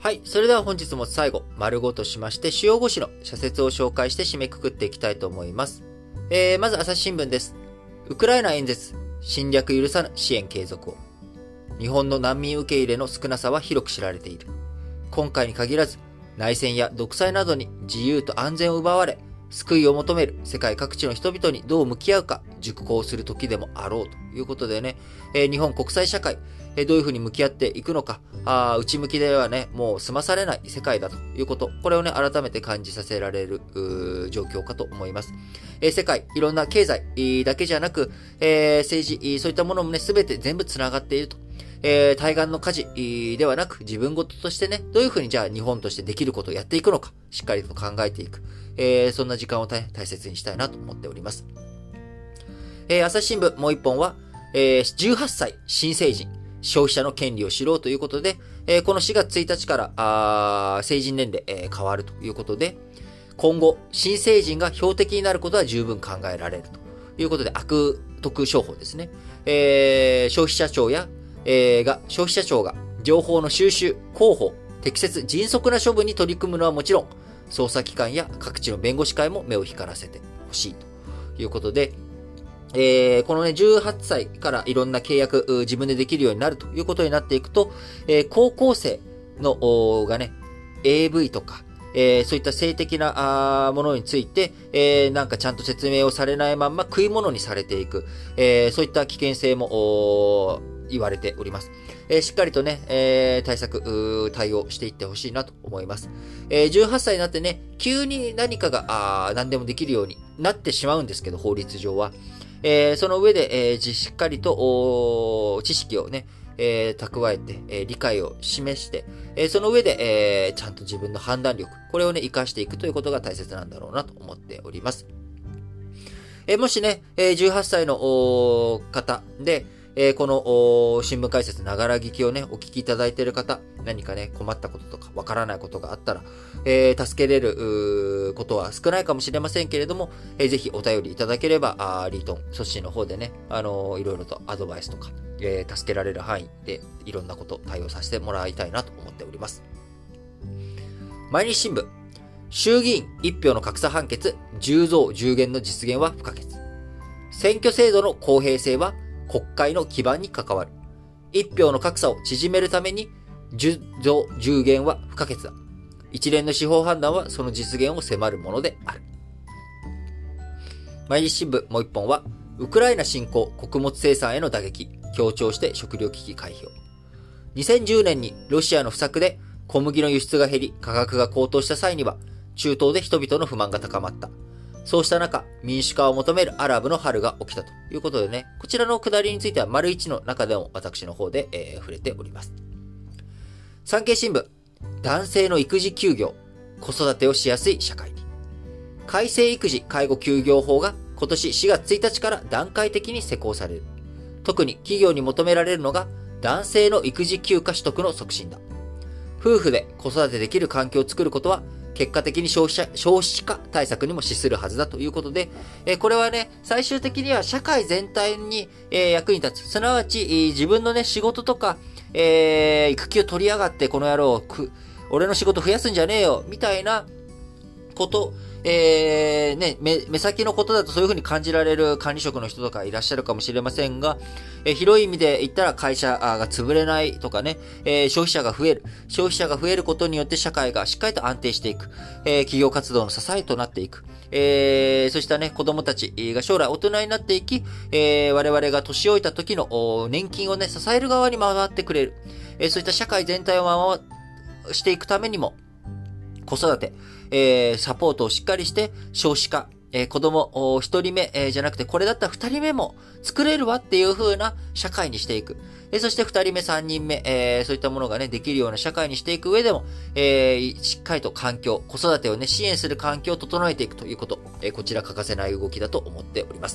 はい。それでは本日も最後、丸ごとしまして、主要5紙の社説を紹介して締めくくっていきたいと思います。まず朝日新聞です。ウクライナ演説、侵略許さぬ支援継続を。日本の難民受け入れの少なさは広く知られている。今回に限らず、内戦や独裁などに自由と安全を奪われ、救いを求める世界各地の人々にどう向き合うか熟考する時でもあろうということでね、日本国際社会、どういうふうに向き合っていくのか、内向きではね、もう済まされない世界だということ、これをね、改めて感じさせられる状況かと思います。世界、いろんな経済だけじゃなく、政治、そういったものもね、すべて全部つながっていると。対岸の火事ではなく自分事としてね、どういうふうにじゃあ日本としてできることをやっていくのか、しっかりと考えていく。そんな時間を大切にしたいなと思っております。朝日新聞もう一本は、18歳新成人、消費者の権利を知ろうということで、この4月1日から成人年齢、変わるということで、今後、新成人が標的になることは十分考えられるということで、悪徳商法ですね。消費者庁が情報の収集、広報、適切、迅速な処分に取り組むのはもちろん、捜査機関や各地の弁護士会も目を光らせてほしいということで、このね、18歳からいろんな契約、自分でできるようになるということになっていくと、高校生のがね、AV とか、そういった性的なものについて、なんかちゃんと説明をされないまんま食い物にされていく、そういった危険性も言われております。しっかりとね、対応していってほしいなと思います。18歳になってね、急に何かが何でもできるようになってしまうんですけど、法律上は。その上で、しっかりと知識をね、蓄えて、理解を示して、その上で、ちゃんと自分の判断力、これをね、活かしていくということが大切なんだろうなと思っております。もしね、18歳の方で、この新聞解説ながら聞きをね、お聞きいただいている方、何かね、困ったこととかわからないことがあったら、助けれることは少ないかもしれませんけれども、ぜひお便りいただければ、リートン、ソッシーの方でね、いろいろとアドバイスとか、助けられる範囲でいろんなこと対応させてもらいたいなと思っております。毎日新聞、衆議院1票の格差判決、10増10減の実現は不可欠。選挙制度の公平性は国会の基盤に関わる。1票の格差を縮めるために10増10減は不可欠だ。一連の司法判断はその実現を迫るものである。毎日新聞もう一本は、ウクライナ侵攻、穀物生産への打撃、強調して食糧危機回避を。2010年にロシアの不作で小麦の輸出が減り、価格が高騰した際には、中東で人々の不満が高まった。そうした中、民主化を求めるアラブの春が起きたということでね、こちらの下りについては、丸1の中でも私の方で、触れております。産経新聞、男性の育児休業、子育てをしやすい社会に。改正育児介護休業法が今年4月1日から段階的に施行される。特に企業に求められるのが男性の育児休暇取得の促進だ。夫婦で子育てできる環境を作ることは結果的に少子化対策にも資するはずだということで、これはね、最終的には社会全体に、役に立つ。すなわち、自分のね、仕事とか、育休取りやがってこの野郎、俺の仕事増やすんじゃねえよ、みたいなこと、目先のことだとそういうふうに感じられる管理職の人とかいらっしゃるかもしれませんが、広い意味で言ったら会社が潰れないとかね、消費者が増えることによって社会がしっかりと安定していく、企業活動の支えとなっていく、そうしたね、子供たちが将来大人になっていき、我々が年老いた時の年金をね、支える側に回ってくれる、そういった社会全体をしていくためにも、子育て、サポートをしっかりして、少子化、子供一人目、じゃなくてこれだったら二人目も作れるわっていう風な社会にしていく。そして二人目、三人目、そういったものがね、できるような社会にしていく上でも、しっかりと環境、子育てをね、支援する環境を整えていくということ、こちら欠かせない動きだと思っております。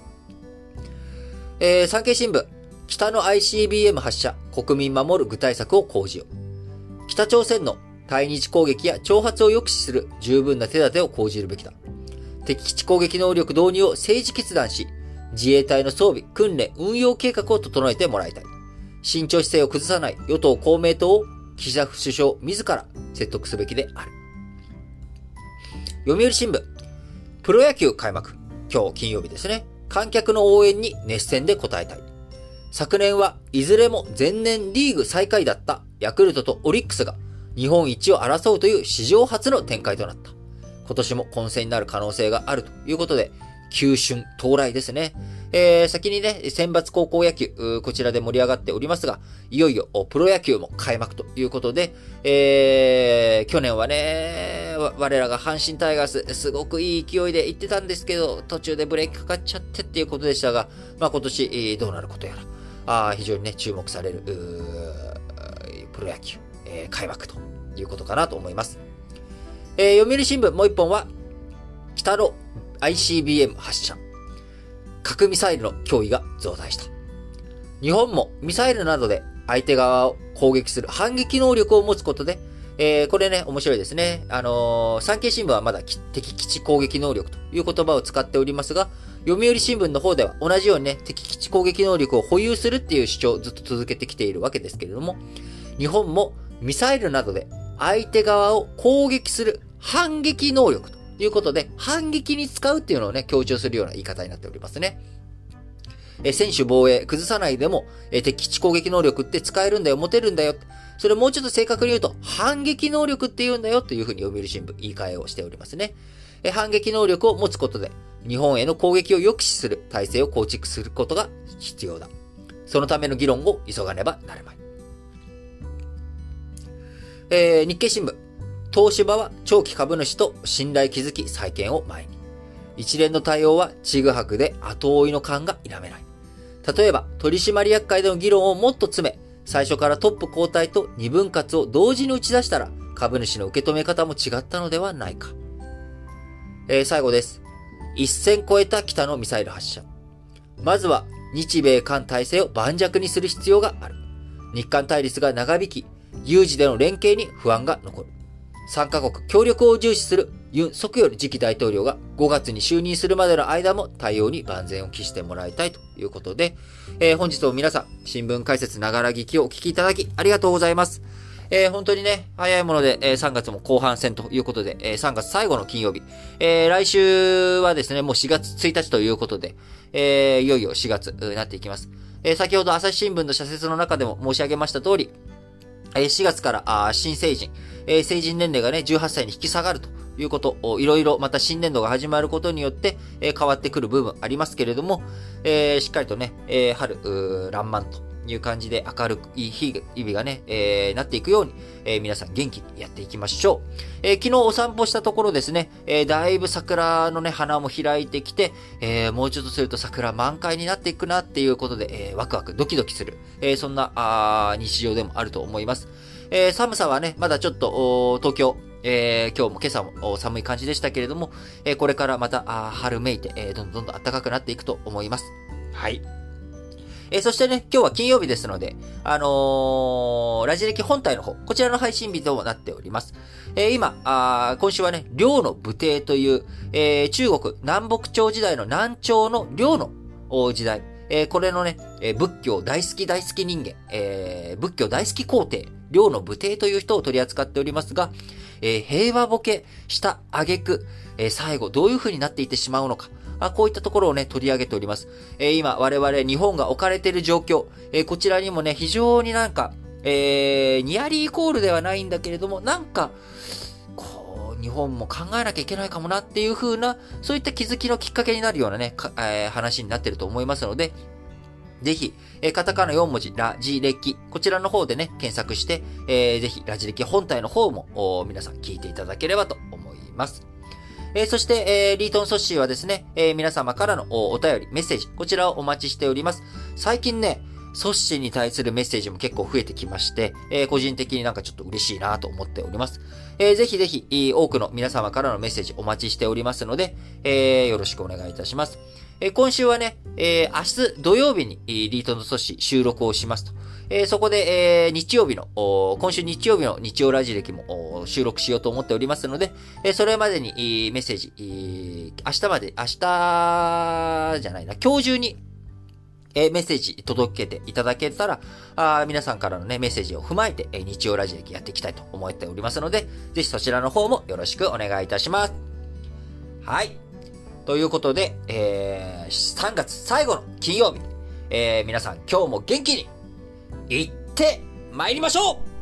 産経新聞、北の ICBM 発射、国民守る具体策を講じよ。北朝鮮の対日攻撃や挑発を抑止する十分な手立てを講じるべきだ。敵基地攻撃能力導入を政治決断し、自衛隊の装備、訓練、運用計画を整えてもらいたい。慎重姿勢を崩さない与党公明党を岸田首相自ら説得すべきである。読売新聞、プロ野球開幕。今日金曜日ですね。観客の応援に熱戦で応えたい。昨年はいずれも前年リーグ最下位だったヤクルトとオリックスが日本一を争うという史上初の展開となった。今年も混戦になる可能性があるということで、球春到来ですね。先にね、選抜高校野球、こちらで盛り上がっておりますが、いよいよプロ野球も開幕ということで、去年はね、我らが阪神タイガース、すごくいい勢いで行ってたんですけど、途中でブレーキかかっちゃってっていうことでしたが、今年、どうなることやら、非常にね、注目される、プロ野球、開幕ということかなと思います。読売新聞もう一本は、北の ICBM 発射。核ミサイルの脅威が増大した。日本もミサイルなどで相手側を攻撃する反撃能力を持つことで、これね、面白いですね。産経新聞はまだ敵基地攻撃能力という言葉を使っておりますが、読売新聞の方では同じようにね、敵基地攻撃能力を保有するっていう主張をずっと続けてきているわけですけれども、日本もミサイルなどで相手側を攻撃する反撃能力ということで、反撃に使うっていうのをね、強調するような言い方になっておりますね。専守防衛、崩さないでも、敵基地攻撃能力って使えるんだよ、持てるんだよ。それもうちょっと正確に言うと、反撃能力って言うんだよというふうに読売新聞言い換えをしておりますね。反撃能力を持つことで、日本への攻撃を抑止する体制を構築することが必要だ。そのための議論を急がねばなるまい。日経新聞。東芝は長期株主と信頼築き再建を前に。一連の対応はちぐはぐで後追いの感が否めない。例えば、取締役会での議論をもっと詰め、最初からトップ交代と二分割を同時に打ち出したら、株主の受け止め方も違ったのではないか。最後です。一線超えた北のミサイル発射。まずは、日米韓体制を盤石にする必要がある。日韓対立が長引き、有事での連携に不安が残る。3カ国協力を重視するユン・ソクヨル次期大統領が5月に就任するまでの間も対応に万全を期してもらいたいということで、本日も皆さん新聞解説ながら聞きをお聞きいただきありがとうございます。本当にね、早いもので、3月も後半戦ということで、3月最後の金曜日、来週はですね、もう4月1日ということで、いよいよ4月になっていきます。先ほど朝日新聞の社説の中でも申し上げました通り、4月から新成人、成人年齢がね、18歳に引き下がるということ、いろいろまた新年度が始まることによって、変わってくる部分ありますけれども、しっかりとね、春、爛漫という感じで明るい日々がね、なっていくように、皆さん元気にやっていきましょう。昨日お散歩したところですね、だいぶ桜のね、花も開いてきて、もうちょっとすると桜満開になっていくなっていうことで、ワクワクドキドキする、そんな日常でもあると思います。寒さはね、まだちょっと東京、今日も今朝も寒い感じでしたけれども、これからまた春めいて、どんどん暖かくなっていくと思います。はい。そしてね、今日は金曜日ですので、ラジ歴本体の方、こちらの配信日となっております。今週はね、遼の武帝という、中国南北朝時代の南朝の遼の時代、これのね、仏教大好き人間、仏教大好き皇帝、遼の武帝という人を取り扱っておりますが、平和ボケした挙句、最後どういう風になっていってしまうのか、こういったところをね、取り上げております。今、我々日本が置かれている状況、こちらにもね、非常になんか、ニアリーイコールではないんだけれども、なんか、こう、日本も考えなきゃいけないかもなっていう風な、そういった気づきのきっかけになるようなね、話になっていると思いますので、ぜひ、カタカナ4文字、ラジ歴、こちらの方でね、検索して、ぜひ、ラジ歴本体の方も、皆さん聞いていただければと思います。そして、リートンソッシーはですね、皆様からのお便り、メッセージ、こちらをお待ちしております。最近ね、ソッシーに対するメッセージも結構増えてきまして、個人的になんかちょっと嬉しいなと思っております。ぜひぜひ、多くの皆様からのメッセージお待ちしておりますので、よろしくお願いいたします。今週はね、明日土曜日にリートンソッシー収録をしますと。そこで、今週日曜日の日曜ラジ歴も収録しようと思っておりますので、それまでにメッセージ、今日中に、 メッセージ届けていただけたら、皆さんからのね、メッセージを踏まえて、日曜ラジオやっていきたいと思っておりますので、ぜひそちらの方もよろしくお願いいたします。はい。ということで、3月最後の金曜日、皆さん今日も元気にいって参りましょう。